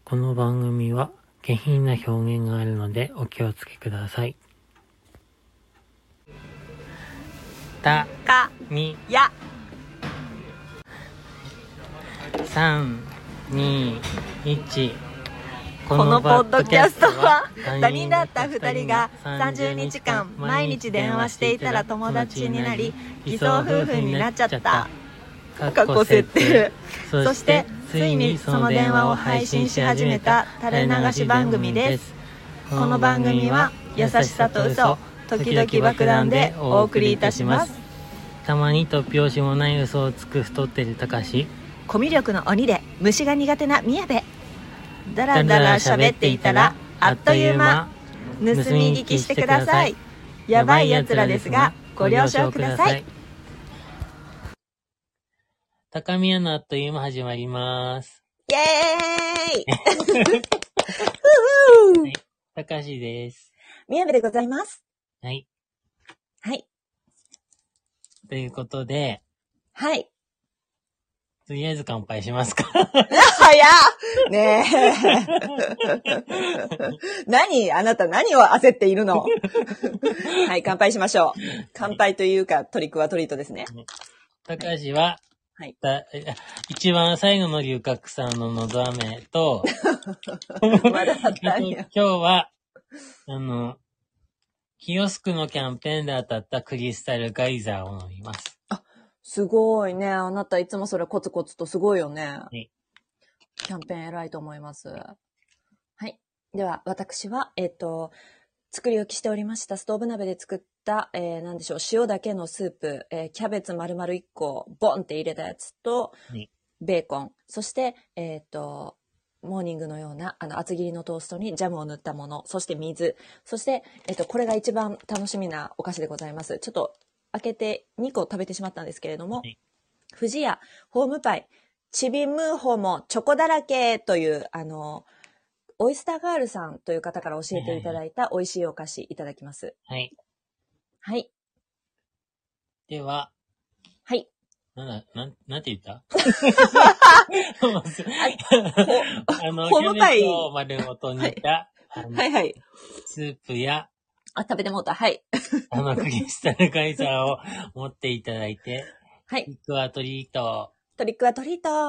この番組は下品な表現があるのでお気をつけください。たかみや 3、2、1。 このポッドキャストは他人だった2人が30日間毎日電話していたら友達になり偽装夫婦になっちゃったかっこ設定。そしてついにその電話を配信し始めた垂れ流し番組です。この番組は優しさと嘘時々爆弾でお送りいたします。 たまに突拍子もない嘘をつく太ってるたかし、 コミュ力の鬼で虫が苦手な宮部。だらだら喋っていたらあっという間。盗み聞きしてください。やばいやつらですがご了承ください。 高宮のあっという間始まります。 イエーイはい、たかしです。 宮部でございます。 はい。 はい。 ということで、 はい。 とりあえず乾杯しますか。 早っねえ。あなた何を焦っているのはい、乾杯しましょう。乾杯というか、トリックはトリートですね。 たかしは、 はい。 一番最後の龍角散ののど飴と、 まだあったんや。 今日は、キオスクのキャンペーンで当たったクリスタルガイザーを飲みます。 あ、すごいね。あなたいつもそれコツコツとすごいよね。はい。キャンペーン偉いと思います。はい。では、私は、作り置きしておりましたストーブ鍋で作った、なんでしょう、塩だけのスープ、キャベツ丸々1個、ボンって入れたやつと、ベーコン、そして、モーニングのような、厚切りのトーストにジャムを塗ったもの、そして水、そして、これが一番楽しみなお菓子でございます。ちょっと、開けて2個食べてしまったんですけれども、富士屋ホームパイ、ちびムーホもチョコだらけという、オイスターガールさんという方から教えていただいた美味しいお菓子いただきます。 はい。 はい。 では、 はい。 なんて言ったホームパイ。 キャベツを丸ごと煮た、 はいはい。 スープや、 食べてもうた。はい。 クリスタルガイザーを持っていただいて、 はい。 トリックはトリート。 トリックはトリート。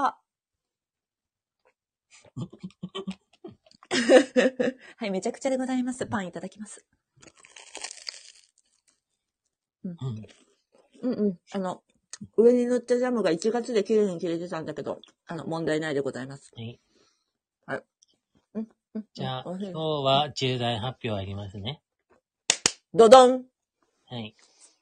はい、めちゃくちゃでございます。パンいただきます。うんうん。上に塗ったジャムが1月で綺麗に切れてたんだけど、問題ないでございます。 はい。 はい。 じゃあ、今日は重大発表ありますね。 ドドン。 はい。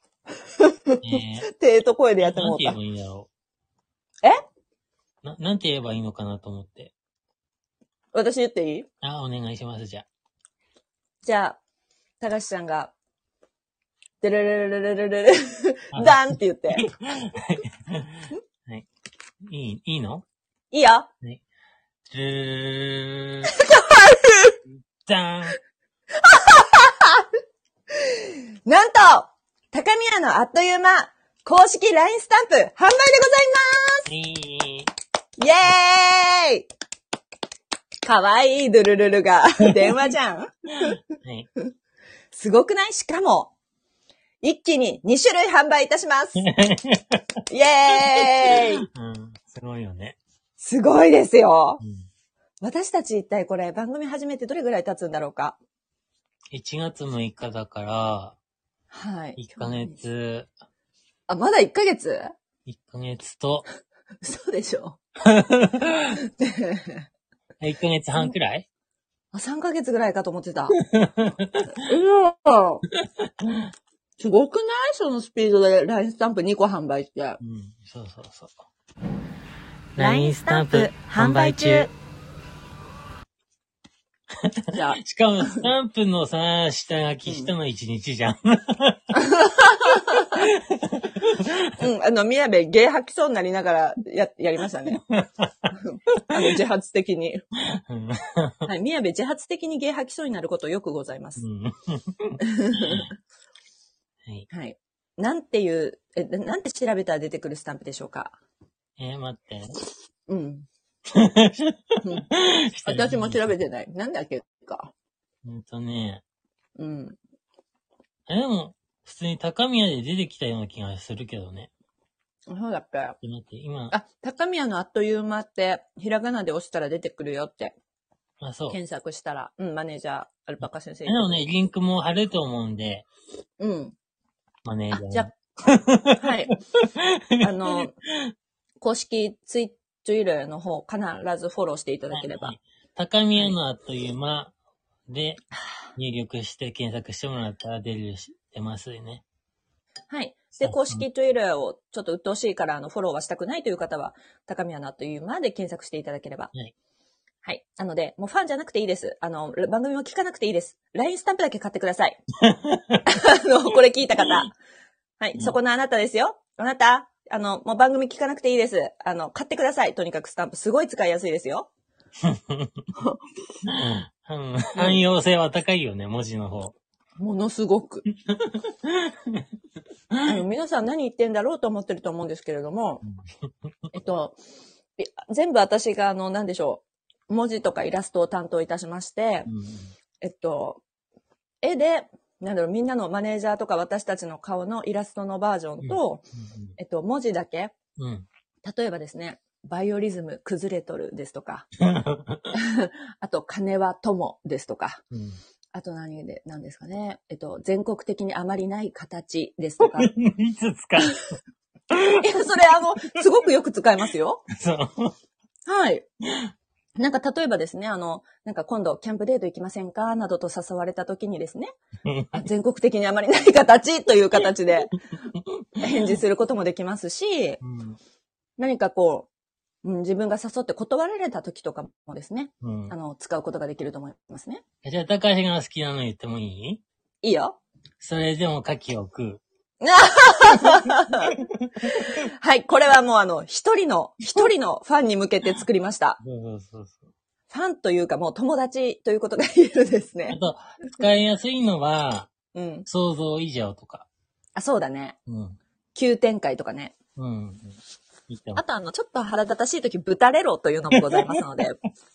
手と声でやってもうた。 なんて言えばいいんだろう。 なんて言えばいいのかなと思って。 私言っていい？ お願いします、じゃあ。 じゃあ、高橋さんが、デレレレレレレレ、ダンって言って。 はい。いいの？ いいよ。はい。 ダンなんと、高宮のあっという間、公式 LINE スタンプ、販売でございます。イエーイかわいいドゥルルルが電話じゃん、はい、すごくない？しかも一気に2種類販売いたしますイエーイ、 すごいよね。 すごいですよ、私たち一体これ番組始めてどれぐらい経つんだろうか。 1月6日だからはい。 1ヶ月。 まだ1ヶ月 ?1 ヶ月と。 嘘でしょ 1ヶ月半くらい ？3ヶ月ぐらいかと思ってた。すごくない？そのスピードで LINE スタンプ2個販売して。 そうそうそう。 LINE スタンプ販売中。 じゃあしかもスタンプのさ、下書きしたの1日じゃん。 宮部、ゲー吐きそうになりながらやりましたね。自発的に。はい、宮部、自発的にゲー吐きそうになることよくございます。はい。なんて調べたら出てくるスタンプでしょうか？ 待って。 私も調べてない。なんだっけか。 ね。 うん。 でも、普通に高宮で出てきたような気がするけどね。 そうだっけ。 待って、今。 高宮のあっという間って、ひらがなで押したら出てくるよって。 あ、そう。 検索したら。マネージャー、アルパカ先生。 でもね、リンクも貼ると思うんで。 うん。 マネージャー。 じゃはい。公式ツイッターの方、必ずフォローしていただければ。 高宮のあっという間で入力して検索してもらったら出ますよね。はい。 で、公式ツイッターをちょっと鬱陶しいからフォローはしたくないという方は、高宮のあっという間で検索していただければ。はい。はい。なので、もうファンじゃなくていいです。番組も聞かなくていいです。LINE スタンプだけ買ってください。これ聞いた方。はい。そこのあなたですよ。あなた、もう番組聞かなくていいです。買ってください。とにかくスタンプ。すごい使いやすいですよ。 汎用性は高いよね、文字の方。 ものすごく。皆さん何言ってんだろうと思ってると思うんですけれども、全部私が何でしょう、文字とかイラストを担当いたしまして、絵で、みんなのマネージャーとか私たちの顔のイラストのバージョンと、文字だけ、例えばですね、バイオリズム崩れとるですとか、あと金は友ですとか、あと何ですかね、全国的にあまりない形ですとか。 いつ使ういや、それすごくよく使いますよ。 そう。 はい。なんか例えばですね、なんか今度キャンプデート行きませんかなどと誘われた時にですね、全国的にあまりない形という形で返事することもできますし、何か自分が誘って断られた時とかもですね、使うことができると思いますね。 じゃあ、高橋が好きなの言ってもいい？ いいよ。 それでも牡蠣を食う。 はい、これはもう一人のファンに向けて作りました。 そう。 ファンというかもう友達ということが言えるですね。 あと、使いやすいのは、想像以上とか。 そうだね。急展開とかね。あとちょっと腹立たしいとき、ぶたれろというのもございますので。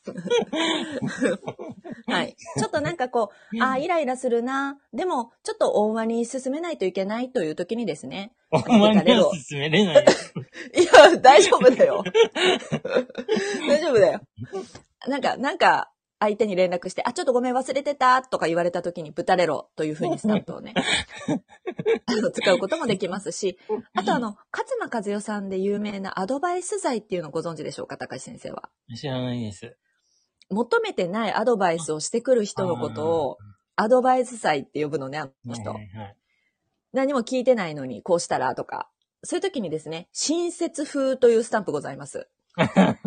はい。ちょっとなんかイライラするな。でも、ちょっと大間に進めないといけないというときにですね。 大間には進めれない。 いや、大丈夫だよ。大丈夫だよ。なんか、相手に連絡して、ちょっとごめん忘れてたとか言われた時にぶたれろというふうにスタンプをね、使うこともできますし、あと勝間和代さんで有名なアドバイス剤っていうのをご存知でしょうか、高橋先生は。 知らないです。 求めてないアドバイスをしてくる人のことを、アドバイス剤って呼ぶのね、あの人。何も聞いてないのにこうしたらとか、そういう時にですね、親切風というスタンプございます。こ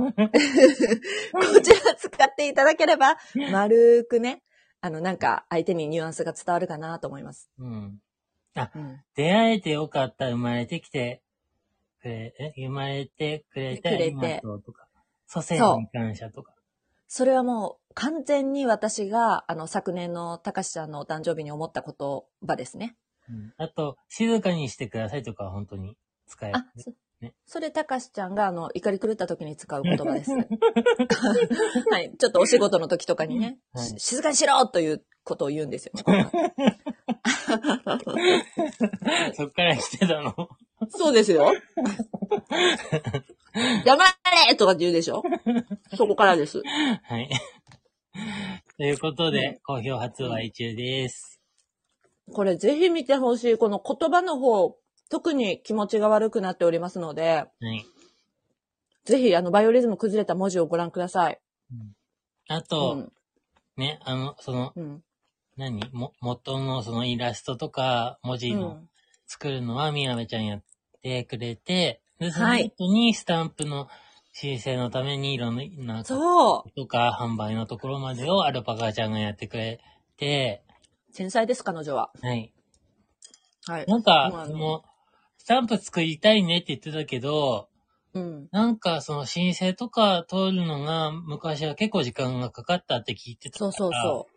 ちら使っていただければ、丸くね、なんか相手にニュアンスが伝わるかなと思います。 出会えてよかった、生まれてくれてありがとうとか、祖先に感謝とか。 それはもう完全に私が、昨年のたかしちゃんのお誕生日に思った言葉ですね。 あと、静かにしてくださいとかは本当に使える、 ね。それ、たかしちゃんが、怒り狂った時に使う言葉です。はい。ちょっとお仕事の時とかにね、静かにしろということを言うんですよね。 そっから来てたの？ そうですよ。黙れとかって言うでしょ？そこからです。 はい。ということで、好評発売中です。 これぜひ見てほしい。この言葉の方、特に気持ちが悪くなっておりますので、ぜひバイオリズム崩れた文字をご覧ください。 あと、ね、元のそのイラストとか文字の作るのは宮部ちゃんやってくれて、で、その後にスタンプの申請のためにいろんなとか販売のところまでをアルパカちゃんがやってくれて、 繊細です、彼女は。 はい。なんか、スタンプ作りたいねって言ってたけど、なんかその申請とか通るのが昔は結構時間がかかったって聞いてたから。 そう。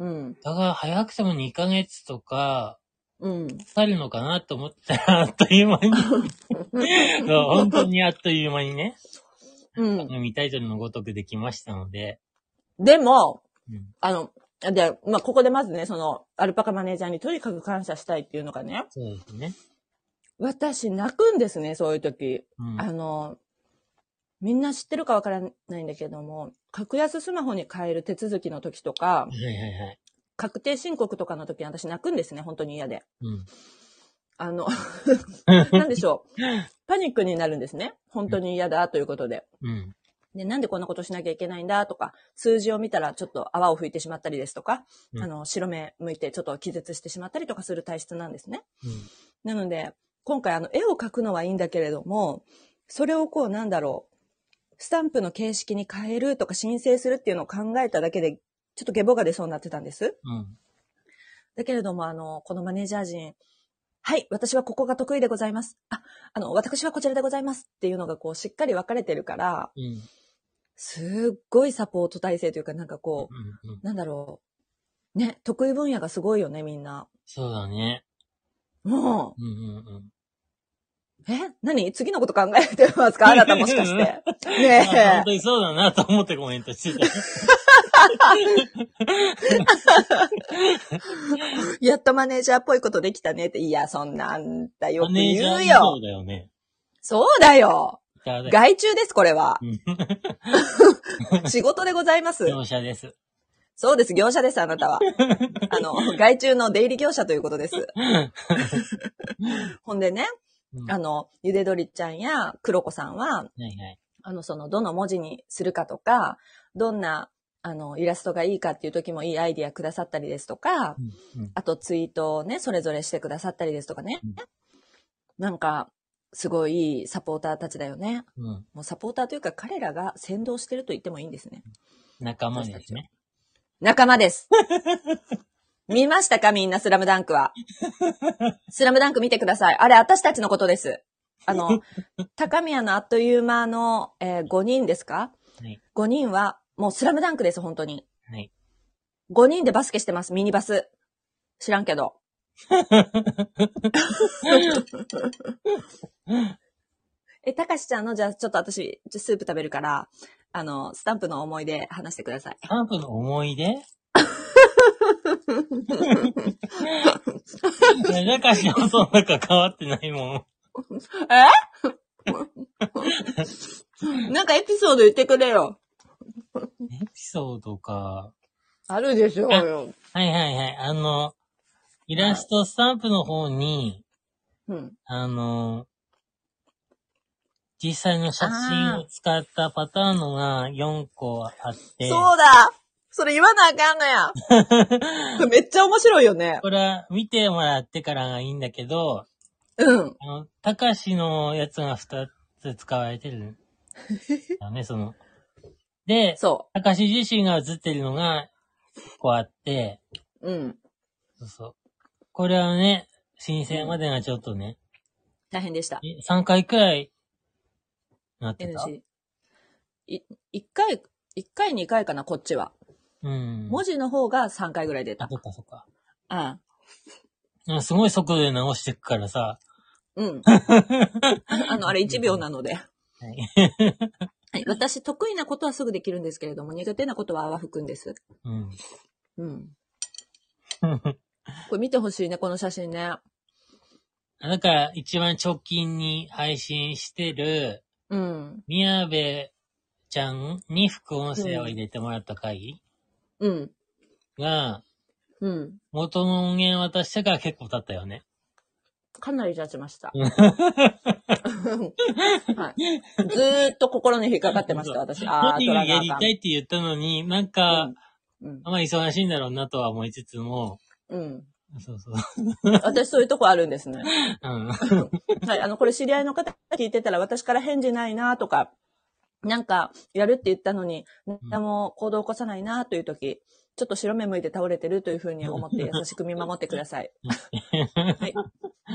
だから早くても2ヶ月とか、かかるのかなと思ったらあっという間に。そう、本当にあっという間にね。 番組タイトルのごとくできましたので。 でも、 うん、 ここでまずね、アルパカマネージャーにとにかく感謝したいっていうのがね。 そうですね。 私、泣くんですね、そういう時。 うん、 みんな知ってるかわからないんだけども、格安スマホに変える手続きの時とか、 はいはいはい。 確定申告とかの時に私泣くんですね、本当に嫌で。 うん。 なんでしょう。パニックになるんですね。本当に嫌だということで。 うん。 で、なんでこんなことしなきゃいけないんだとか、数字を見たらちょっと泡を吹いてしまったりですとか、白目向いてちょっと気絶してしまったりとかする体質なんですね。 うん、 なので、今回絵を描くのはいいんだけれども、それをスタンプの形式に変えるとか申請するっていうのを考えただけで、ちょっとゲボが出そうになってたんです。 うん。 だけれども、このマネージャー陣、はい、私はここが得意でございます。私はこちらでございますっていうのがしっかり分かれてるから、 うん、 すっごいサポート体制というか、 うん、うん。 なんだろう。ね、得意分野がすごいよね、みんな。 そうだね。 もうんうんうん。 何次のこと考えてますかあなたもしかして。ねえ。 本当にそうだなと思ってコメントしてた。 やっとマネージャーっぽいことできたねって。いや、そんなんだよく言うよ。 マネージャーそうだよね。 そうだよ。外注です、これは。仕事でございます。 業者です。 そうです、業者です、あなたは。外注の出入り業者ということです。ほんでね、ゆでどりちゃんや黒子さんは、 はいはい、 どの文字にするかとか、どんな、イラストがいいかっていう時もいいアイディアくださったりですとか、あとツイートをね、それぞれしてくださったりですとかね。なんか、すごいいいサポーターたちだよね。もうサポーターというか彼らが先導してると言ってもいいんですね。 仲間ですね。 仲間です。見ましたかみんなスラムダンクは。スラムダンク見てください。あれ、私たちのことです。高宮のあっという間の、5人ですか、はい、5人は、もうスラムダンクです、本当に。はい、5人でバスケしてます、ミニバス。知らんけど。たかしちゃんの、じゃあちょっと私、スープ食べるから、スタンプの思い出話してください。 スタンプの思い出たかしもそんな関わってないもん。 なんかエピソード言ってくれよ。 エピソードか。 あるでしょうよ。 はいはいはい。イラストスタンプの方に、実際の写真を使ったパターンのが4個あって。 そうだそれ言わなあかんのやめっちゃ面白いよね。 これは見てもらってからがいいんだけど、たかしのやつが2つ使われてる。だね、で、たかし自身が写ってるのがこうあって、そうそう。これはね、申請までがちょっとね。 大変でした。 3回くらいなってた。 1回、2回かな、こっちは。文字の方が3回ぐらい出た。 そっかそっか。すごい速度で直していくからさ。 あれ1秒なので。はい。私、得意なことはすぐできるんですけれども、苦手なことは泡吹くんです。これ見てほしいね、この写真ね。 だから、一番直近に配信してる、宮部ちゃんに副音声を入れてもらった回が、元の音源渡してから結構経ったよね。 かなり経ちました。はい、ずーっと心に引っかかってました、私。 何がやりたいって言ったのに、なんか、あんま忙しいんだろうなとは思いつつも、そうそう。 私そういうとこあるんですね。はい、これ知り合いの方聞いてたら私から返事ないなとか、なんかやるって言ったのに、何も行動を起こさないなという時、ちょっと白目向いて倒れてるというふうに思って優しく見守ってください。はい。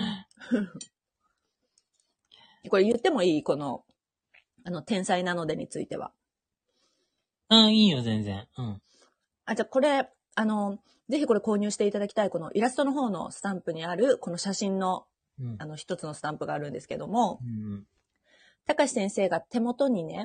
これ言ってもいいこの、天才なのでについては。 いいよ、全然。 じゃあこれ、ぜひこれ購入していただきたい、このイラストの方のスタンプにある、この写真の、一つのスタンプがあるんですけども、たかし先生が手元にね、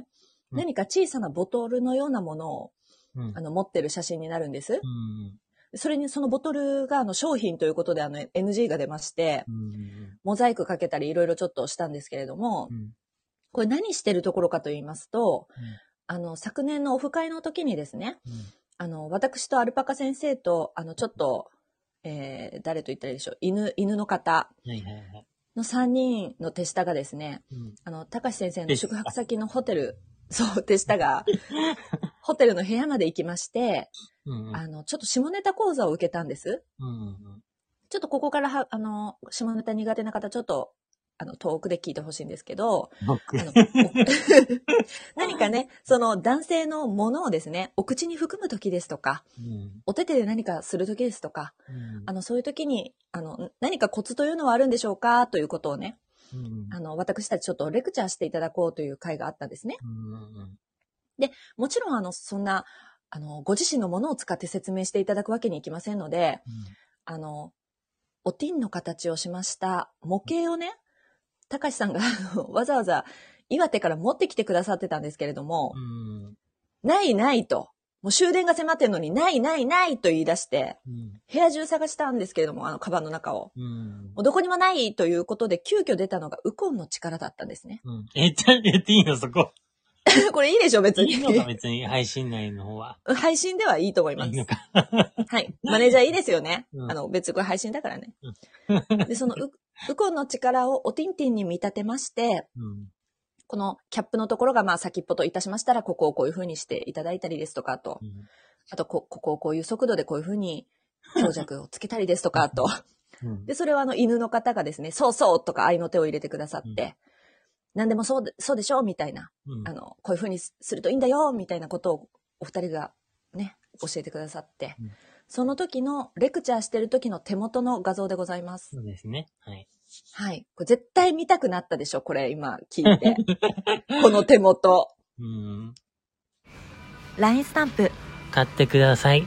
何か小さなボトルのようなものを、 うん持ってる写真になるんです。 うんそれにそのボトルが商品ということでNG が出まして、 うんモザイクかけたりいろいろちょっとしたんですけれども、 うんこれ何してるところかと言いますと、 うん昨年のオフ会の時にですね、 うん私とアルパカ先生と、ちょっと、誰と言ったらいいでしょう、犬の方はいはいはい。 の3人の手下がですね、 うん高橋先生の宿泊先のホテル、そう、手下が、ホテルの部屋まで行きまして、 うんちょっと下ネタ講座を受けたんです。 うんちょっとここから下ネタ苦手な方、ちょっと、遠くで聞いてほしいんですけど、 僕何かね、その男性のものをですね、お口に含む時ですとか、お手手で何かする時ですとか、そういう時に、何かコツというのはあるんでしょうかということをね、私たちちょっとレクチャーしていただこうという会があったんですね。で、もちろんそんな、ご自身のものを使って説明していただくわけにいきませんので、おティンの形をしました模型をね、高橋さんがわざわざ岩手から持ってきてくださってたんですけれども、ないないと、もう終電が迫ってるのにないないないと言い出して、部屋中探したんですけれども、カバンの中を。もうどこにもないということで、急遽出たのがウコンの力だったんですね。 言っていいのそこ。 これいいでしょ別に。 いいのか別に配信内の方は。 配信ではいいと思います。 いいのか。 はい。マネージャーいいですよね。別にこれ配信だからね。で、そのウコンの力をおティンティンに見立てまして、このキャップのところが先っぽといたしましたら、ここをこういう風にしていただいたりですとか、あとここをこういう速度でこういう風に強弱をつけたりですとか、あと。で、それは犬の方がですね、そうそうとか愛の手を入れてくださって、何でもそうでしょみたいな、こういう風にするといいんだよみたいなことをお二人がね、教えてくださって、その時のレクチャーしてる時の手元の画像でございます。 そうですね。はい。 はい。これ絶対見たくなったでしょこれ今聞いて。この手元。LINE スタンプ。 買ってください。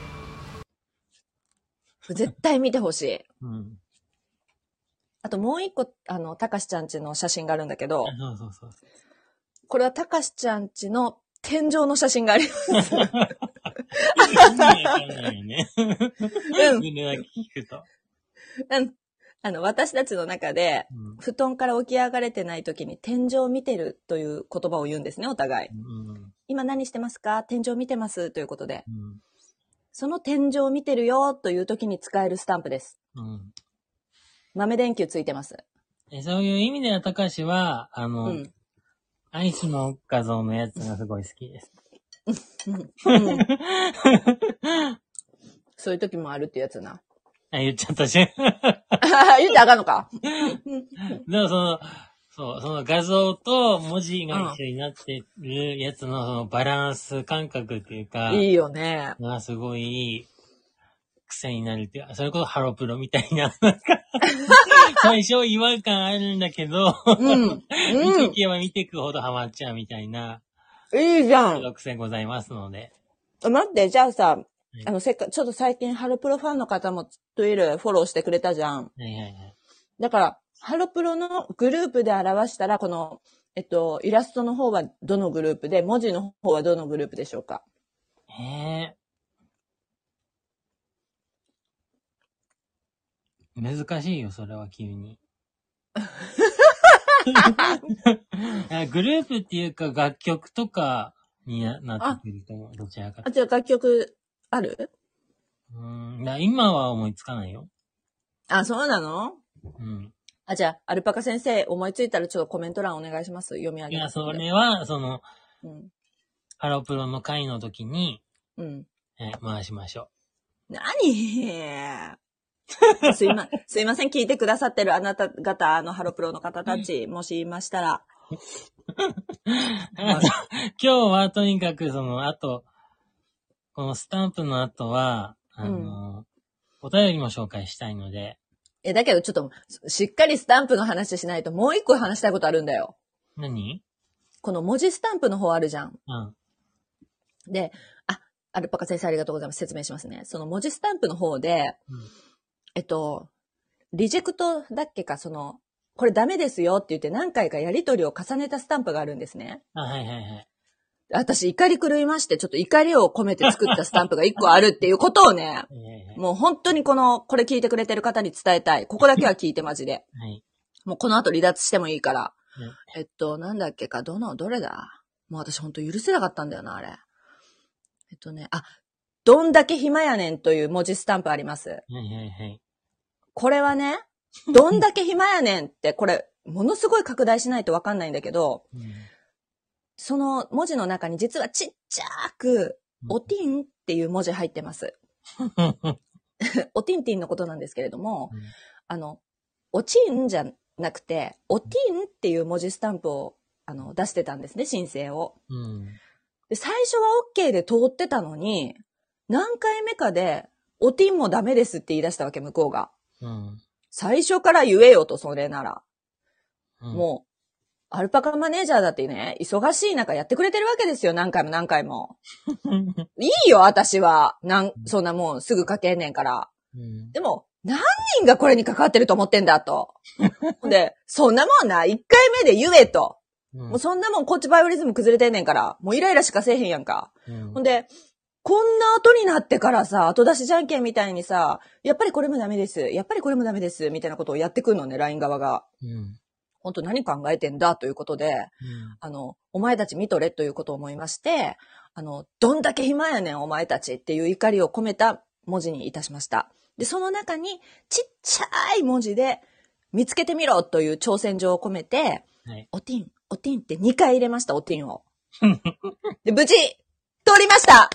絶対見てほしい。あともう一個、たかしちゃんちの写真があるんだけど、 そう。 これはたかしちゃんちの天井の写真があります。 意味わかんないよね。それだけ聞くと。 私たちの中で、布団から起き上がれてない時に天井を見てるという言葉を言うんですね、お互い。今何してますか？天井見てますということで。その天井を見てるよという時に使えるスタンプです。豆電球ついてます。 そういう意味では、高橋は、アイスの画像のやつがすごい好きです。 そういう時もあるってやつな。 言っちゃったし。 言ってあかんのか。 でもその画像と文字が一緒になってるやつのそのバランス感覚っていうか。 いいよね。 すごい癖になるっていうか、それこそハロプロみたいな。最初違和感あるんだけど、見ていけば見ていくほどハマっちゃうみたいな。 いいじゃん。 癖ございますので。 待って、じゃあさ、ちょっと最近ハロプロファンの方もトゥイルフォローしてくれたじゃん。だから、ハロプロのグループで表したら、この、イラストの方はどのグループで、文字の方はどのグループでしょうか？ 難しいよ、それは急に。グループっていうか楽曲とかになってくると思う。どちらか。 じゃあ楽曲ある？ 今は思いつかないよ。 そうなの？じゃあ、アルパカ先生、思いついたらちょっとコメント欄お願いします。読み上げます。 それは、ハロプロの会の時に、回しましょう。何すいません。聞いてくださってるあなた方、ハロプロの方たち、もしいましたら。 今日はとにかくこのスタンプの後は、お便りも紹介したいので。 だけどちょっと、しっかりスタンプの話しないと、もう一個話したいことあるんだよ。 何？ この文字スタンプの方あるじゃん。で、アルパカ先生ありがとうございます。説明しますね。その文字スタンプの方で、リジェクトだっけか、これダメですよって言って何回かやり取りを重ねたスタンプがあるんですね。 はい。 私怒り狂いまして、ちょっと怒りを込めて作ったスタンプが1個あるっていうことをね、もう本当にこれ聞いてくれてる方に伝えたい。ここだけは聞いてマジで。 はい。 もうこの後離脱してもいいから。なんだっけか、どれだ？もう私本当許せなかったんだよな、あれ。どんだけ暇やねんという文字スタンプあります。 はいはいはい。 これはね、どんだけ暇やねんって、これ、ものすごい拡大しないとわかんないんだけど、その文字の中に実はちっちゃく、おティンっていう文字入ってます。おティンティンのことなんですけれども、おチンじゃなくて、おティンっていう文字スタンプを出してたんですね、申請を。で、最初は OK で通ってたのに、何回目かで、おティンもダメですって言い出したわけ、向こうが。最初から言えよと、それなら。もう、アルパカマネージャーだってね、忙しい中やってくれてるわけですよ、何回も何回も。いいよ、私は。そんなもんすぐ書けんねんから。でも、何人がこれに関わってると思ってんだと。で、そんなもんな、1回目で言えと。もうそんなもんこっちバイオリズム崩れてんねんから、もうイライラしかせえへんやんか。ほんで、こんな後になってからさ、後出しじゃんけんみたいにさ、やっぱりこれもダメです。やっぱりこれもダメです。みたいなことをやってくんのね、LINE 側が。本当何考えてんだということで、お前たち見とれということを思いまして、どんだけ暇やねんお前たちっていう怒りを込めた文字にいたしました。で、その中にちっちゃい文字で見つけてみろという挑戦状を込めて、おティンって2回入れました、おティンを。で、無事、通りました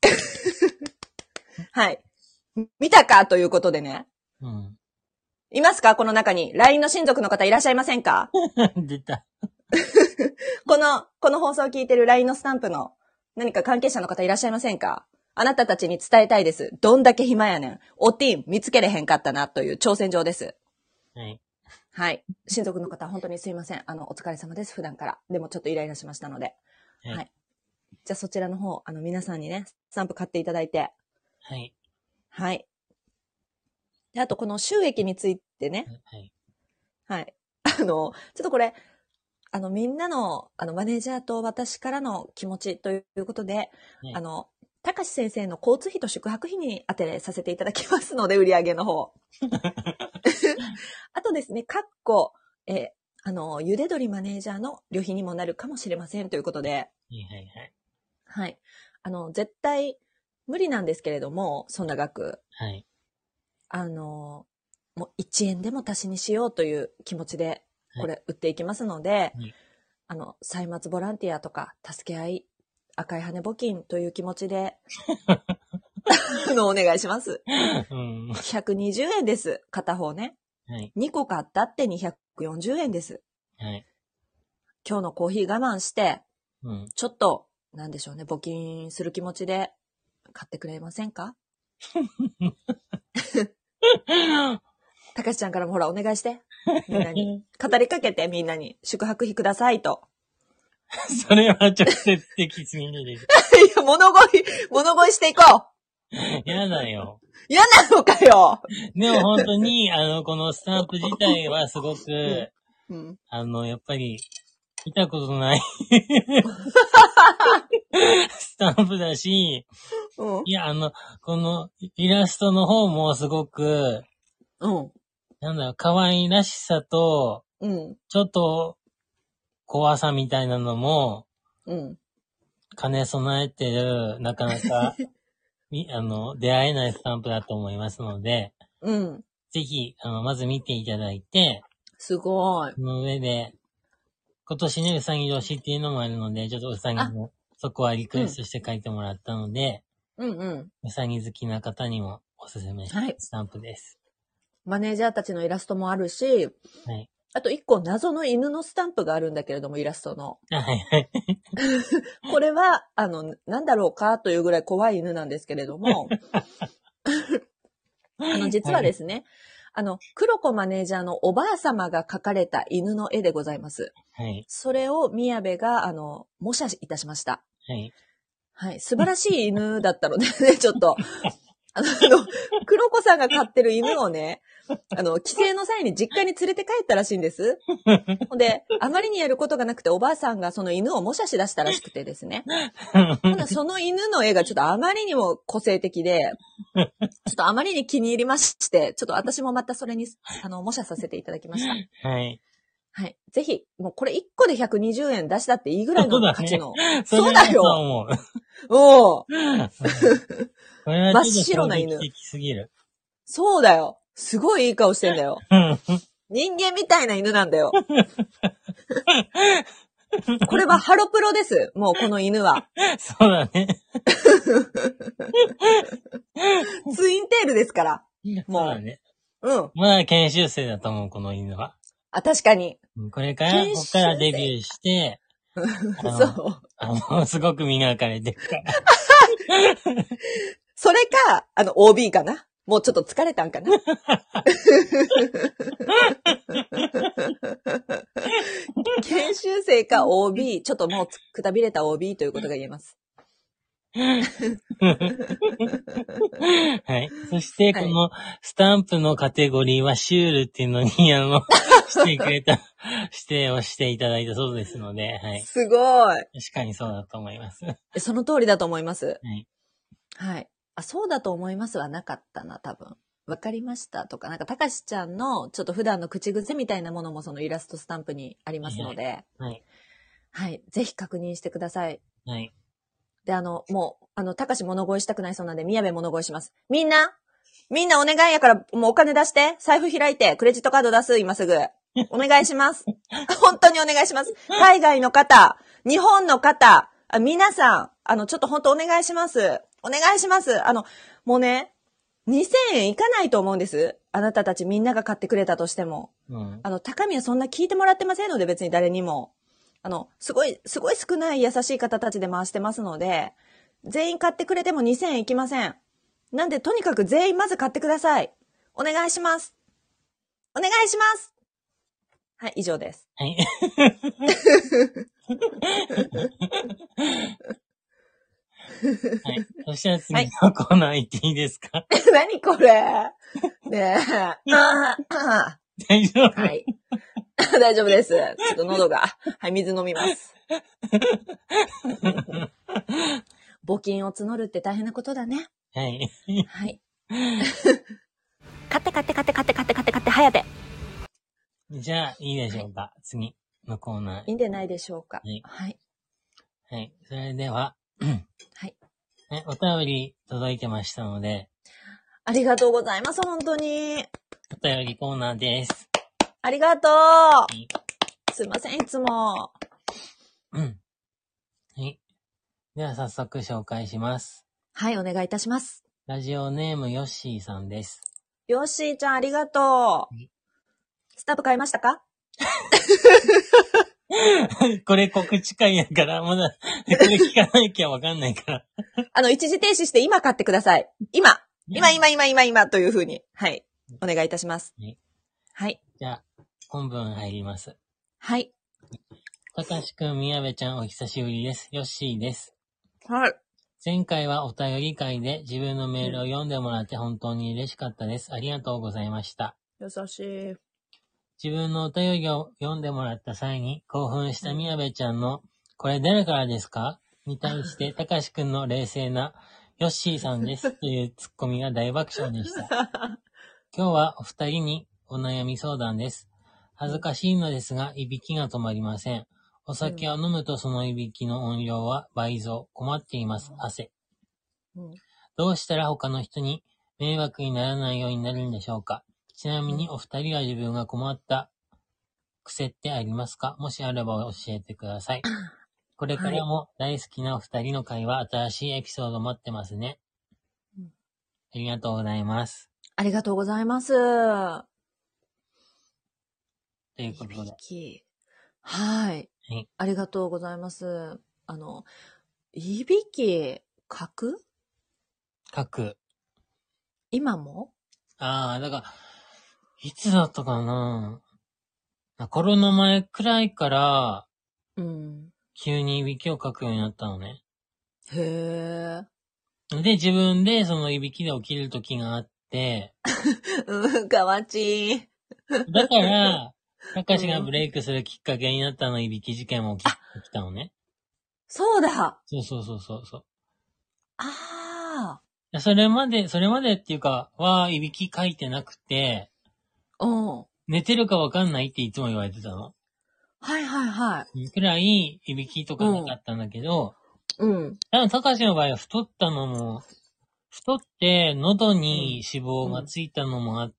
はい。見たかということでね。いますかこの中に。LINE の親族の方いらっしゃいませんか出た。 この放送を聞いてる LINE のスタンプの何か関係者の方いらっしゃいませんか？あなたたちに伝えたいです。どんだけ暇やねん。おティン見つけれへんかったなという挑戦状です。 はい。 はい。親族の方本当にすいません。お疲れ様です。普段から。でもちょっとイライラしましたので。はい。じゃあそちらの方、皆さんにね、スタンプ買っていただいて。 はい。 はい。で、あとこの収益についてね。 はい。 はい。ちょっとこれ、みんなの、マネージャーと私からの気持ちということで、高志先生の交通費と宿泊費に当てさせていただきますので、売上の方。あとですね、ゆで鶏マネージャーの旅費にもなるかもしれませんということで。はい。絶対無理なんですけれども、そんな額。 はい。 もう1円でも足しにしようという気持ちで、これ売っていきますので、歳末ボランティアとか、助け合い、赤い羽募金という気持ちで、お願いします。120円です。片方ね。2個買ったって240円です。今日のコーヒー我慢して、ちょっと、なんでしょうね、募金する気持ちで買ってくれませんか？たかしちゃんからもほらお願いして。みんなに。語りかけてみんなに宿泊費くださいと。 それは直接的すぎるです。 いや、物乞いしていこう。やだよ。 嫌なのかよ。 でも本当に、このスタンプ自体はすごく、やっぱり、見たことないスタンプだし、いや、このイラストの方もすごく、可愛らしさと、ちょっと怖さみたいなのも、兼ね備えてる、なかなか、出会えないスタンプだと思いますので、ぜひ、まず見ていただいて、 すごい。 その上で、今年ね、うさぎ年っていうのもあるので、ちょっとうさぎも、そこはリクエストして書いてもらったので、うさぎ好きな方にもおすすめしたスタンプです。 マネージャーたちのイラストもあるし、あと一個謎の犬のスタンプがあるんだけれども、イラストの。これは、なんだろうかというぐらい怖い犬なんですけれども、実はですね、黒子マネージャーのおばあ様が描かれた犬の絵でございます。それを宮部が、模写いたしました。素晴らしい犬だったのでね、ちょっと。黒子さんが飼ってる犬をね、 帰省の際に実家に連れて帰ったらしいんです。ほんで、あまりにやることがなくておばあさんがその犬を模写し出したらしくてですね。ほな、その犬の絵がちょっとあまりにも個性的で、ちょっとあまりに気に入りまして、ちょっと私もまたそれに、模写させていただきました。 はい。 はい。ぜひ、もうこれ1個で120円出したっていいぐらいの価値の。 そうだよ。 お真っ白な犬。 そうだよ。すごいいい顔してんだよ。人間みたいな犬なんだよ。これはハロプロです。もうこの犬は。 そうだね。 ツインテールですから。 もう。そうだね。 うん。 まだ研修生だと思う、この犬は。 確かに。 これから、こっからデビューして、 そう。 すごく磨かれてるから。 それか、OB かな。もうちょっと疲れたんかな。研修生か OB、ちょっともうくたびれた OB ということが言えます。 はい。そして、このスタンプのカテゴリーはシュールっていうのに、してくれた、指定をしていただいたそうですので、はい。 すごい。 確かにそうだと思います。 その通りだと思います。 はい。 はい。そうだと思いますはなかったな、多分。わかりましたとか、なんか、たかしちゃんのちょっと普段の口癖みたいなものもそのイラストスタンプにありますので、 はい。 はい。ぜひ確認してください。 はい。 で、もう、たかし物乞いしたくないそうなんで、宮部物乞いします。みんなお願いやから、もうお金出して、財布開いて、クレジットカード出す、今すぐ。お願いします。本当にお願いします。海外の方、日本の方、皆さん、ちょっと本当お願いします。お願いします。もうね、2000円いかないと思うんです。あなたたちみんなが買ってくれたとしても。高みはそんな聞いてもらってませんので、別に誰にも。すごい少ない優しい方たちで回してますので、全員買ってくれても2000円いきません。なんで、とにかく全員まず買ってください。お願いします。お願いします。はい、以上です。 はい。はい。そしたら次のコーナー行っていいですか？ 何これねえ。 大丈夫？ はい。大丈夫です。ちょっと喉が。はい、水飲みます。募金を募るって大変なことだね。 はい。 はい。買って、はやて。 じゃあ、いいでしょうか。次のコーナー。 いいんでないでしょうか。 はい。はい。それでは、 はい。 お便り届いてましたので。 ありがとうございます、本当に。 お便りコーナーです。 ありがとう。はい、すいません、いつも。 はい。では早速紹介します。 はい、お願いいたします。 ラジオネームヨッシーさんです。 ヨッシーちゃん、ありがとう。スタンプ買いましたか？ これ告知会やから、まだ、これ聞かなきゃわかんないから。 一時停止して今買ってください。今という風に。はい。お願いいたします。はい。 じゃあ、本文入ります。 はい。 たかしくん、みやべちゃん、お久しぶりです。ヨッシーです。 はい。 前回はお便り会で自分のメールを読んでもらって本当に嬉しかったです。ありがとうございました。 優しい。 自分のお便りを読んでもらった際に興奮したみやべちゃんの、これ誰からですかに対して、たかしくんの冷静な、ヨッシーさんですというツッコミが大爆笑でした。今日はお二人にお悩み相談です。恥ずかしいのですが、いびきが止まりません。お酒を飲むとそのいびきの音量は倍増。困っています。汗。どうしたら他の人に迷惑にならないようになるんでしょうか？ちなみにお二人は自分が困った癖ってありますか？もしあれば教えてください。これからも大好きなお二人の会話、新しいエピソード待ってますね。ありがとうございます。 ありがとうございます。 ということで。 はい。ありがとうございます。いびき、書く？今も？ だから、いつだったかな？コロナ前くらいから、急にいびきをかくようになったのね。 へー。 で、自分でそのいびきで起きる時があって。 かわちい。 だから、たかしがブレイクするきっかけになったのいびき事件も起きたのね。 そうだ。 そうそうそうそう。 ああ。 それまでっていうか、いびき書いてなくて、寝てるかわかんないっていつも言われてたの。 はいはいはい。 くらい、いびきとかなかったんだけど、多分、たかしの場合は太って喉に脂肪がついたのもあって、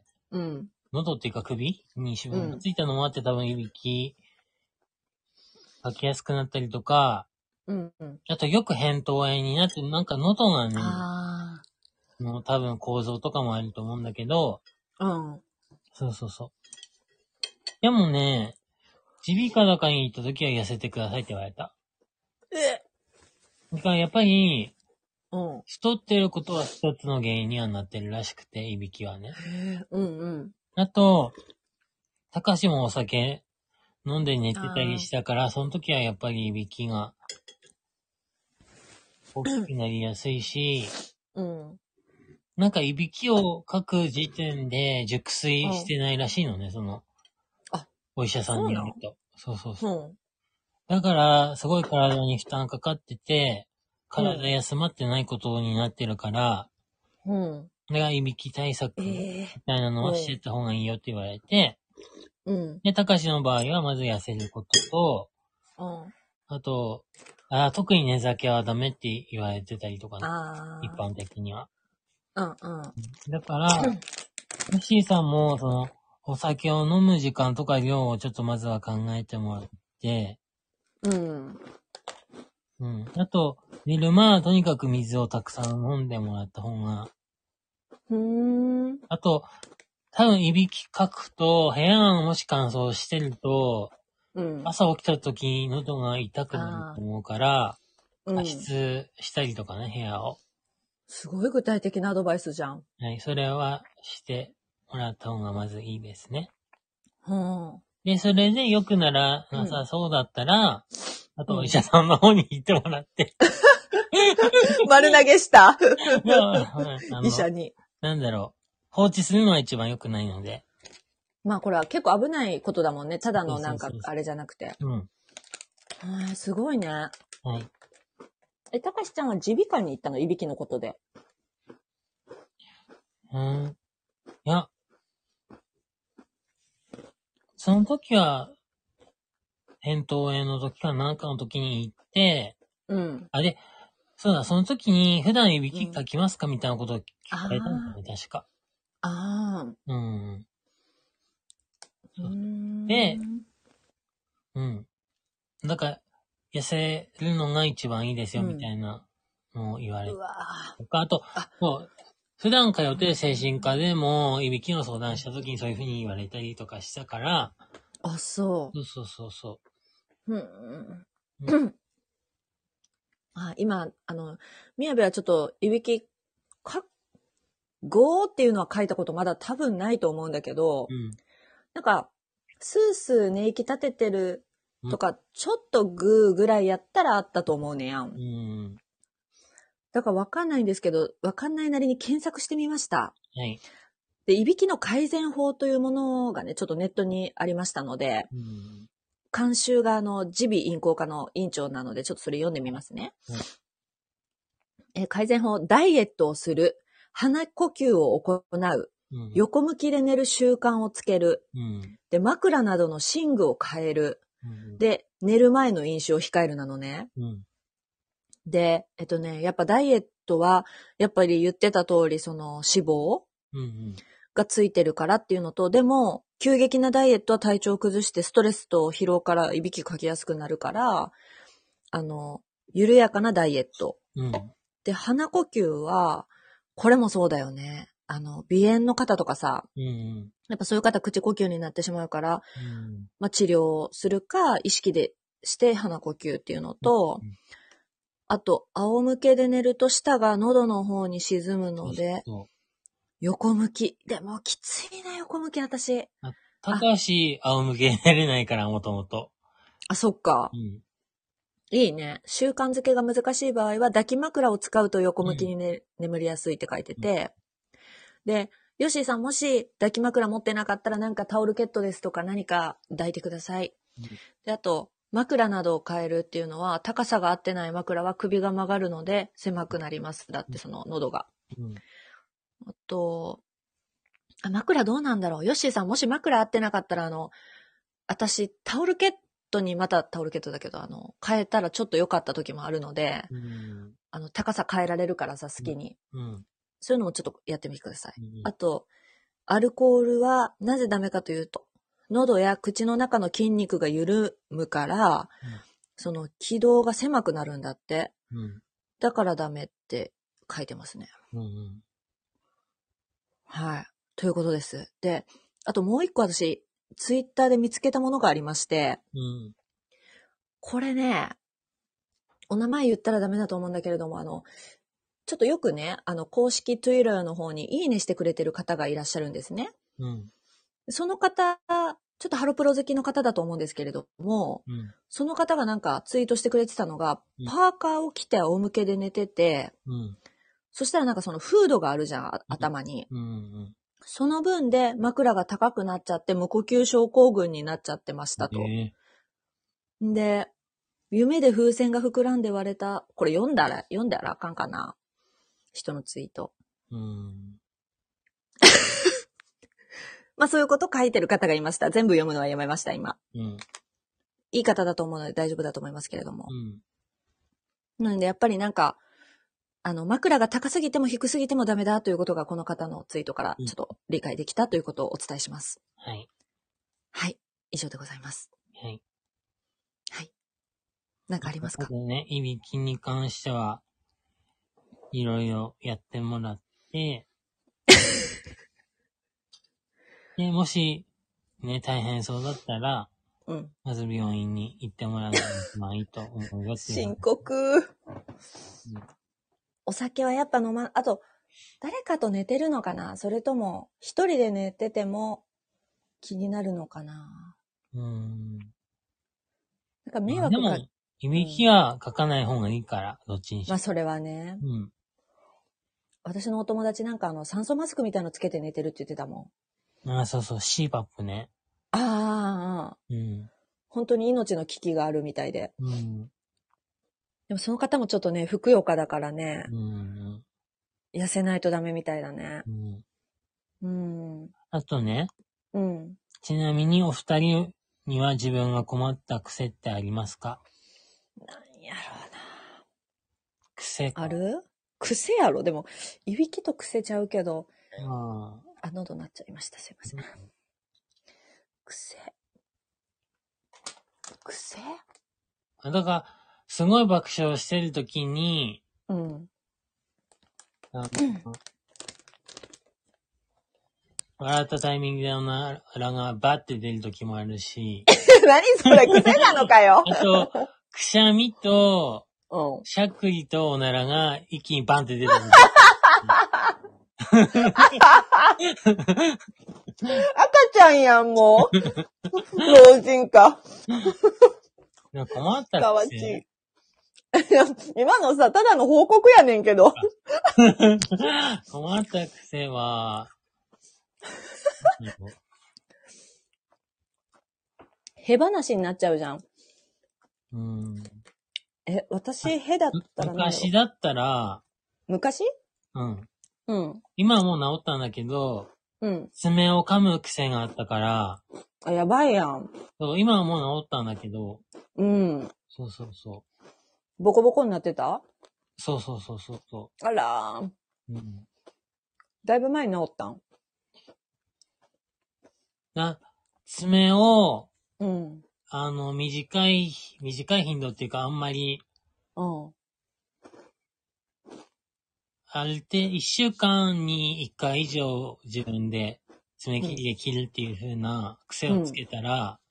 喉っていうか首に脂肪がついたのもあって多分いびき書きやすくなったりとか、あとよく扁桃炎になって、なんか喉がね、多分構造とかもあると思うんだけど、そうそうそう。でもね、耳鼻科だかに行った時は痩せてくださいって言われた。だからやっぱり、太ってることは一つの原因にはなってるらしくて、いびきはね。あと、たかしもお酒飲んで寝てたりしたから、その時はやっぱりいびきが大きくなりやすいし、なんかいびきをかく時点で熟睡してないらしいのね、お医者さんによると。そうそうそう。だから、すごい体に負担かかってて、体休まってないことになってるから、だからいびき対策みたいなのはしてった方がいいよって言われて、で、たかしの場合はまず痩せることと、あと、特に寝酒はダメって言われてたりとかね、一般的には。だから、ヨッシーさんも、お酒を飲む時間とか量をちょっとまずは考えてもらって、あと、寝る前はとにかく水をたくさん飲んでもらった方が、あと、多分いびきかくと、部屋がもし乾燥してると、朝起きた時喉が痛くなると思うから、加湿したりとかね、部屋を。 すごい具体的なアドバイスじゃん。 はい、それはしてもらった方がまずいいですね。で、それで良くならなさそうだったら、あとお医者さんの方に行ってもらって。 丸投げした医者に。なんだろう。放置するのは一番良くないので。 まあこれは結構危ないことだもんね。ただのなんかあれじゃなくて。すごいね。はい。たかしちゃんは耳鼻科に行ったの？いびきのことで。 いや。その時は、扁桃炎の時かなんかの時に行って、で、そうだ、その時に普段いびきかきますかみたいなことを聞かれたんだね、確か。で、だから、痩せるのが一番いいですよ、みたいなのを言われた。とか、あと、普段通ってる精神科でも、いびきの相談した時にそういうふうに言われたりとかしたから、そうそうそう。 今、みやべはちょっと、いびき、ゴーっていうのは書いたことまだ多分ないと思うんだけど、なんか、スースー寝息立ててるとか、ちょっとグーぐらいやったらあったと思うねやん。だからわかんないんですけど、わかんないなりに検索してみました。で、いびきの改善法というものがね、ちょっとネットにありましたので、監修が耳鼻咽喉科の院長なので、ちょっとそれ読んでみますね。改善法、ダイエットをする、鼻呼吸を行う、横向きで寝る習慣をつける、で、枕などの寝具を変える、で、寝る前の飲酒を控えるなのね。で、やっぱダイエットは、やっぱり言ってた通り、脂肪がついてるからっていうのと、でも、急激なダイエットは体調を崩してストレスと疲労からいびきかきやすくなるから、緩やかなダイエット。で、鼻呼吸は、これもそうだよね。鼻炎の方とかさ、やっぱそういう方口呼吸になってしまうから、まあ治療するか、意識でして鼻呼吸っていうのと、あと、仰向けで寝ると舌が喉の方に沈むので、横向き。でもきついな、横向き私。 高橋仰向けに寝れないから、もともと。 そっか。いいね。習慣づけが難しい場合は抱き枕を使うと横向きに眠りやすいって書いてて、 で、ヨッシーさんもし抱き枕持ってなかったらなんかタオルケットですとか何か抱いてください。で、あと、枕などを変えるっていうのは、高さが合ってない枕は首が曲がるので狭くなります。だってその喉が。あと、枕どうなんだろう。ヨッシーさんもし枕合ってなかったら私タオルケットにまたタオルケットだけど変えたらちょっと良かった時もあるので、高さ変えられるからさ、好きに。そういうのもちょっとやってみてください。あと、アルコールはなぜダメかというと、喉や口の中の筋肉が緩むから、その気道が狭くなるんだって。だからダメって書いてますね。はい。ということです。で、あともう一個私、ツイッターで見つけたものがありまして、これね、お名前言ったらダメだと思うんだけれども、ちょっとよくね、公式 Twitter の方にいいねしてくれてる方がいらっしゃるんですね。その方、ちょっとハロプロ好きの方だと思うんですけれども、その方がなんかツイートしてくれてたのが、パーカーを着て仰向けで寝てて、そしたらなんかそのフードがあるじゃん、頭に。その分で枕が高くなっちゃって無呼吸症候群になっちゃってましたと。で、夢で風船が膨らんで割れた。これ読んだらあかんかな。人のツイート。まあそういうこと書いてる方がいました。全部読むのはやめました、今。いい方だと思うので大丈夫だと思いますけれども。なのでやっぱりなんか、枕が高すぎても低すぎてもダメだということがこの方のツイートからちょっと理解できたということをお伝えします。 はい。 はい。以上でございます。 はい。 はい。なんかありますか？ ね、いびきに関しては、いろいろやってもらって、で、もし、ね、大変そうだったら、まず病院に行ってもらうのが一番いいと思うよっていう。 深刻。お酒はやっぱあと、誰かと寝てるのかな？それとも、一人で寝てても気になるのかな？なんか迷惑か。 でも、いびきはかかない方がいいから、どっちにしろ。 まあ、それはね。私のお友達なんか酸素マスクみたいのつけて寝てるって言ってたもん。ああ、そうそう、CPAP ね。 ああ。本当に命の危機があるみたいで。でもその方もちょっとね、ふくよかだからね。痩せないとダメみたいだね。 あとね。ちなみにお二人には自分が困った癖ってありますか？ なんやろうな。 癖か。 ある？癖やろ？でも、いびきと癖ちゃうけど。喉なっちゃいました。すいません。癖だから、すごい爆笑してるときに、笑ったタイミングでおならがバッて出るときもあるし。 何それ？癖なのかよ。 あと、くしゃみと、しゃっくりとおならが一気にバンって出る。 赤ちゃんやん、もう。老人か。 困ったかわちい。今のさ、ただの報告やねんけど。 困った癖は、 へ話になっちゃうじゃん。私、へだったら昔だったら、 昔？ 今はもう治ったんだけど、爪を噛む癖があったから。 やばいやん。 今はもう治ったんだけど。そうそうそう。 ボコボコになってた？ そうそうそうそう。 あらー。だいぶ前に治ったん？ 爪を、短い頻度っていうかあんまり、一週間に一回以上自分で爪切りで切るっていう風な癖をつけたら、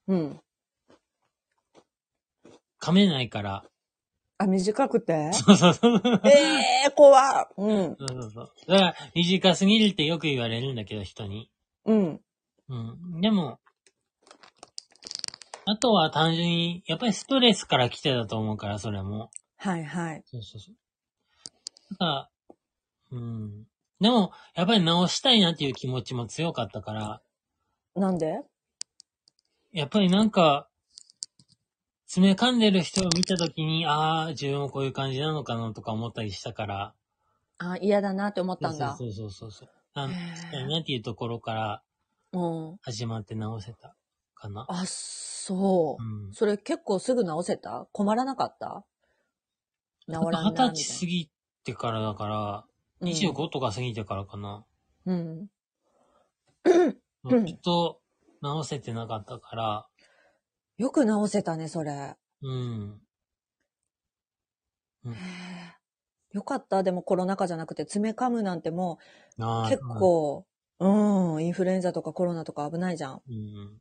噛めないから。 短くて？ そうそうそう。 怖っ。 そうそう。だから、短すぎるってよく言われるんだけど、人に。でも、あとは単純に、やっぱりストレスから来てたと思うから、それも。 はいはい。 そうそうそう。だから、 でも、やっぱり直したいなっていう気持ちも強かったから。 なんで？ やっぱりなんか、爪噛んでる人を見たときに、自分もこういう感じなのかなとか思ったりしたから。 嫌だなって思ったんだ。 そう。したいなっていうところから、始まって直せたかな。 そう。それ結構すぐ直せた？困らなかった？ 治らんなみたいな。20歳過ぎてからだから、25とか過ぎてからかな。ずっと直せてなかったから。 よく直せたね、それ。よかった。でもコロナ禍じゃなくて爪噛むなんてもう結構、インフルエンザとかコロナとか危ないじゃん。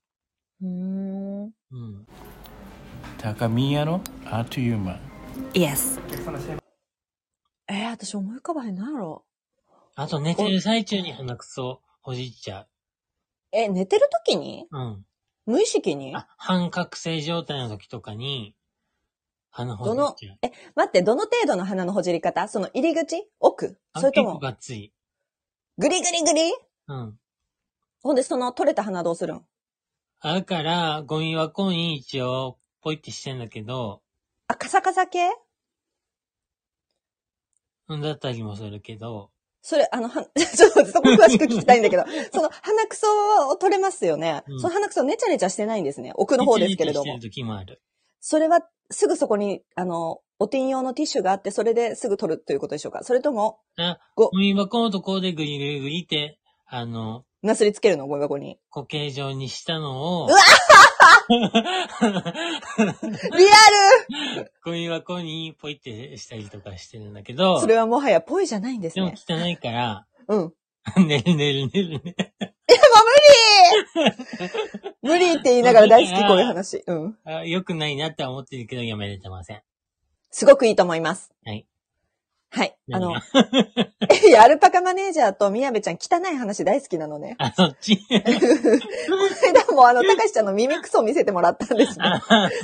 高宮のあっという間。 Yes。私思い浮かばへんなやろ。 あと寝てる最中に鼻くそほじっちゃう。 寝てる時に？無意識に？ 半覚醒状態の時とかに、鼻ほじっちゃう。 待って、どの程度の鼻のほじり方？その入り口？奥？それとも。 結構がっつり。 グリグリグリ？ほんで、その取れた鼻どうするん？ だから、ゴミ箱に一応、ポイってしてんだけど。 カサカサ系？ だったりもするけど。 それ、ちょっとそこ詳しく聞きたいんだけど、その鼻くそを取れますよね。その鼻くそネチャネチャしてないんですね。奥の方ですけれども。 ネチャネチャしてる時もある。 それは、すぐそこに、おティン用のティッシュがあって、それですぐ取るということでしょうか？それとも、 ゴミ箱のところでグリグリグリって、 なすりつけるの？ゴミ箱に。 固形状にしたのを。 うわリアルゴミ箱にポイってしたりとかしてるんだけど。 それはもはやポイじゃないんですね。 でも汚いから。寝る。 いや、もう無理って言いながら大好き、こういう話。 良くないなって思ってるけど、やめれてません。 すごくいいと思います。 はい。 はい。いや、アルパカマネージャーと宮部ちゃん汚い話大好きなのね。 そっちこの間もたかしちゃんの耳クソ見せてもらったんですね。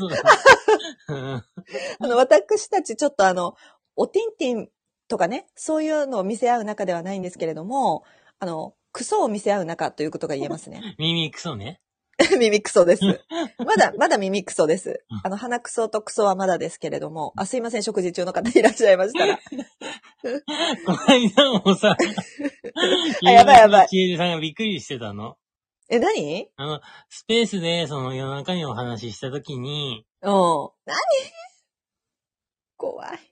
私たちちょっとおティンティンとかね、そういうのを見せ合う仲ではないんですけれども、クソを見せ合う仲ということが言えますね。 耳クソね。 耳クソです。まだ耳クソです。鼻クソとクソはまだですけれども。すいません、食事中の方いらっしゃいましたら。 この間もさ、 やばい。 チエルさんがびっくりしてたの。 何？ スペースで、夜中にお話ししたときに。 何？怖い。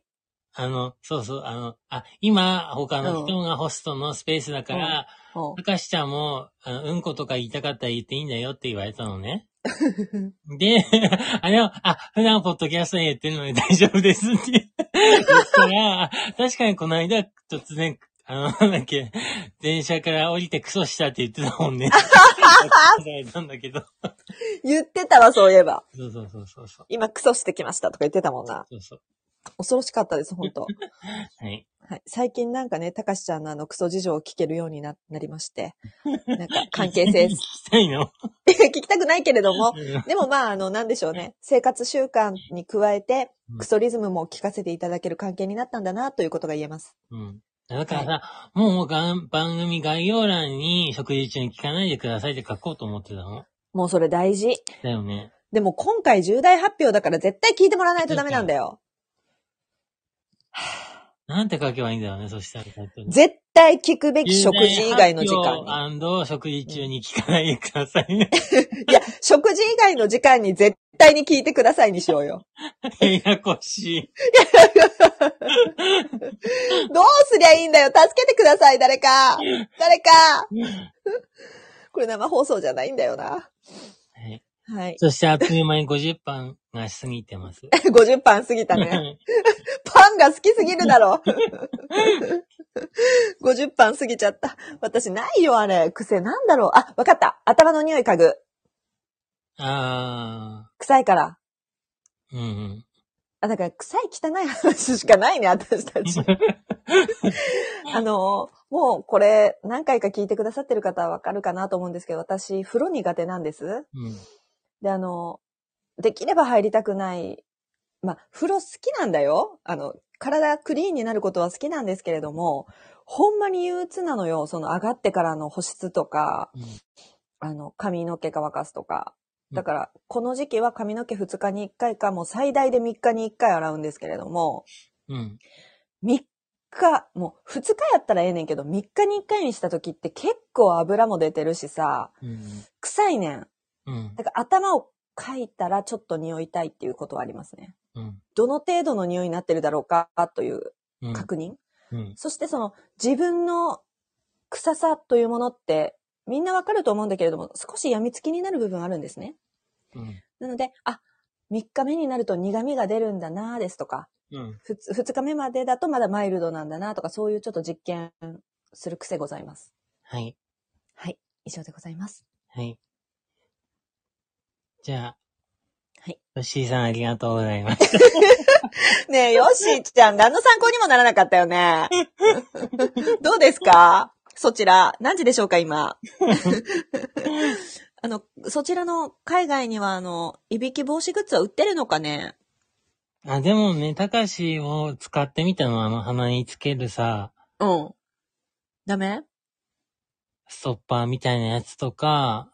今、他の人がホストのスペースだから、たかしちゃんも、うんことか言いたかったら言っていいんだよって言われたのね。で、普段ポッドキャストで言ってるので大丈夫ですって言ったら、確かにこの間突然、電車から降りてクソしたって言ってたもんね。 言ってたわ、そういえば。 そう。 今クソしてきましたとか言ってたもんな。 そう。 恐ろしかったです、本当はい。 最近なんかね、たかしちゃんのクソ事情を聞けるようになりまして。なんか関係性。 聞きたいの？ 聞きたくないけれども、でもなんでしょうね。生活習慣に加えて、クソリズムも聞かせていただける関係になったんだな、ということが言えます。 だからさ、もう番組概要欄に食事中に聞かないでくださいって書こうと思ってたの。 もうそれ大事。 だよね。 でも今回重大発表だから絶対聞いてもらわないとダメなんだよ。 なんて書けばいいんだよね、そしたら。 絶対聞くべき食事以外の時間に。食事中に聞かないでくださいね。 いや、食事以外の時間に絶対に聞いてくださいにしようよ。 ややこしい。 どうすりゃいいんだよ。助けてください、誰か。これ生放送じゃないんだよな。はい。 そしてあっという間に50パンが過ぎてます。 50パン過ぎたね。パンが好きすぎるだろ。50パン過ぎちゃった。私ないよ、あれ。癖なんだろう。わかった。頭の匂い嗅ぐ。臭いから。だから臭い汚い話しかないね、私たち。もうこれ何回か聞いてくださってる方はわかるかなと思うんですけど、私、風呂苦手なんです。で、できれば入りたくない。風呂好きなんだよ。体クリーンになることは好きなんですけれども、 ほんまに憂鬱なのよ。その上がってからの保湿とか、髪の毛乾かすとか。だから、この時期は髪の毛2日に1回か、もう最大で3日に1回洗うんですけれども、3日、もう2日やったらええねんけど、3日に1回にした時って結構油も出てるしさ、臭いねん。だから頭をかいたらちょっと匂いたいっていうことはありますね。どの程度の匂いになってるだろうかという確認。そしてその自分の臭さというものってみんなわかると思うんだけれども、少し病みつきになる部分あるんですね。なので、3日目になると苦味が出るんだなですとか、2日目までだとまだマイルドなんだなとか、そういうちょっと実験する癖ございます。 はい。 はい。以上でございます。 はい。じゃあ。 はい。 ヨッシーさんありがとうございました。 ねえ、ヨッシーちゃん、何の参考にもならなかったよね。どうですか？そちら。何時でしょうか、今。そちらの海外にはいびき防止グッズは売ってるのかね？ でもね、たかしを使ってみたの、鼻につけるさ。 ダメ？ ストッパーみたいなやつとか、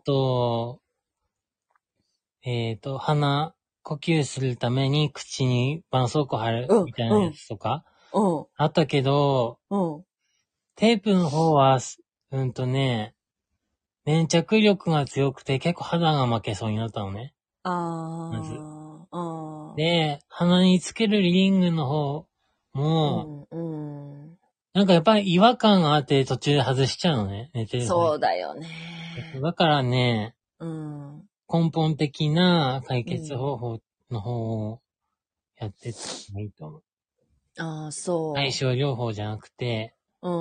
鼻呼吸するために口に絆創膏貼るみたいなやつとか、あったけど、テープの方は、粘着力が強くて結構肌が負けそうになったのね。まず。で、鼻につけるリングの方も、なんかやっぱり違和感があって途中で外しちゃうのね。寝てる。 そうだよね。 だからね、根本的な解決方法の方をやってった方がいいと思う。 そう。 対症療法じゃなくて、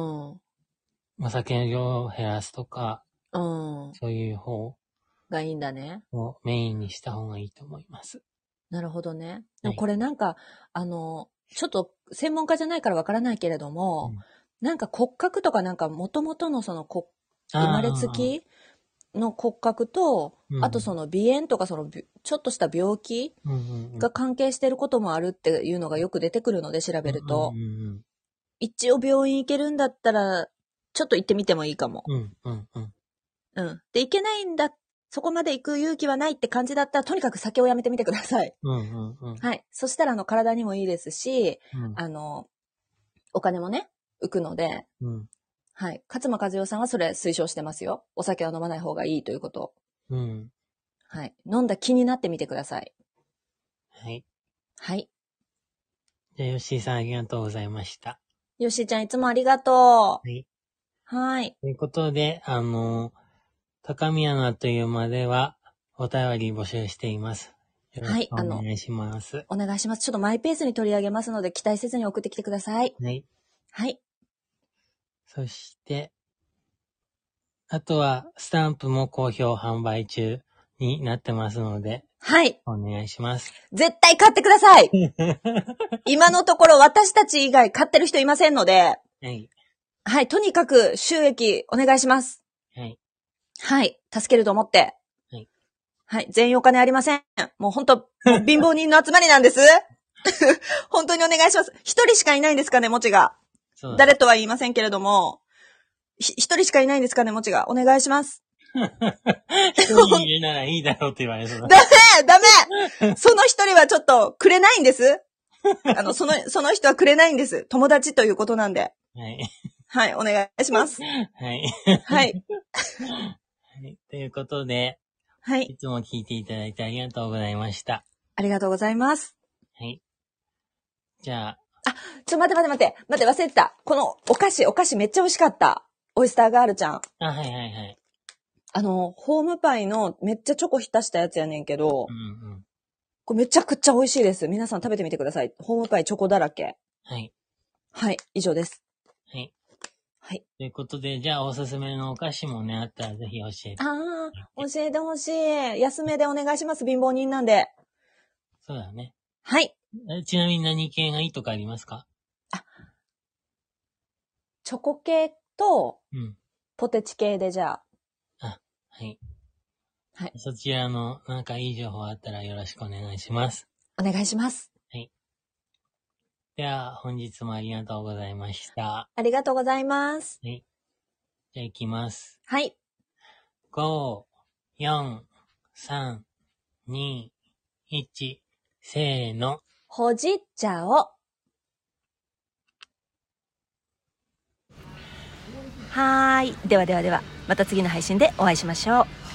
酒の量を減らすとか、そういう方がいいんだね。 をメインにした方がいいと思います。 なるほどね。これなんか、ちょっと専門家じゃないからわからないけれども、なんか骨格とかなんか元々のその生まれつきの骨格と、あとその鼻炎とかそのちょっとした病気が関係してることもあるっていうのがよく出てくるので調べると、一応病院行けるんだったらちょっと行ってみてもいいかも。で、行けないんだ、そこまで行く勇気はないって感じだったらとにかく酒をやめてみてください。はい。そしたら体にもいいですし、お金もね浮くので。はい。勝間和代さんはそれ推奨してますよ。お酒は飲まない方がいいということ。はい。飲んだ気になってみてください。 はい。 はい。 じゃあ、ヨッシーさんありがとうございました。 ヨッシーちゃんいつもありがとう。 はい。 はい。 ということで、高宮のあっという間では、お便り募集しています。よろしくお願いします。 お願いします。ちょっとマイペースに取り上げますので、期待せずに送ってきてください。 はい。 はい。 そして、あとは、スタンプも好評販売中になってますので、 はい。 お願いします。 絶対買ってください今のところ私たち以外買ってる人いませんので、 はい。 はい。とにかく収益お願いします。 はい。 はい。助けると思って。 はい。 はい。全員お金ありません。もうほんと、貧乏人の集まりなんです。本当にお願いします。一人しかいないんですかね、もちが。誰とは言いませんけれども、一人しかいないんですかね、もちが。お願いします。 一人いるならいいだろうって言われそうだ。 ダメその一人はちょっとくれないんです。その人はくれないんです。友達ということなんで。 はい。 はい、お願いします。 はい。 はい。 ということで、 はい。 いつも聞いていただいてありがとうございました。 ありがとうございます。 はい。じゃあ。 待って、忘れてた。このお菓子めっちゃ美味しかった。オイスターガールちゃん。 はいはいはい。 ホームパイのめっちゃチョコ浸したやつやねんけど、これめちゃくちゃ美味しいです。皆さん食べてみてください。ホームパイチョコだらけ。 はい。 はい、以上です。 はい。 はい。 ということで、じゃあおすすめのお菓子もね、あったらぜひ教えて。 教えてほしい。安めでお願いします。貧乏人なんで。 そうだね。 はい。 ちなみに何系がいいとかありますか？ チョコ系と、ポテチ系でじゃあ。はい。 はい。 そちらのなんかいい情報あったらよろしくお願いします。 お願いします。 はい。 では、本日もありがとうございました。 ありがとうございます。 はい。じゃあ行きます。 はい。 5、4、3、2、1、せーの。 ほじっちゃお。はーい。では、また次の配信でお会いしましょう。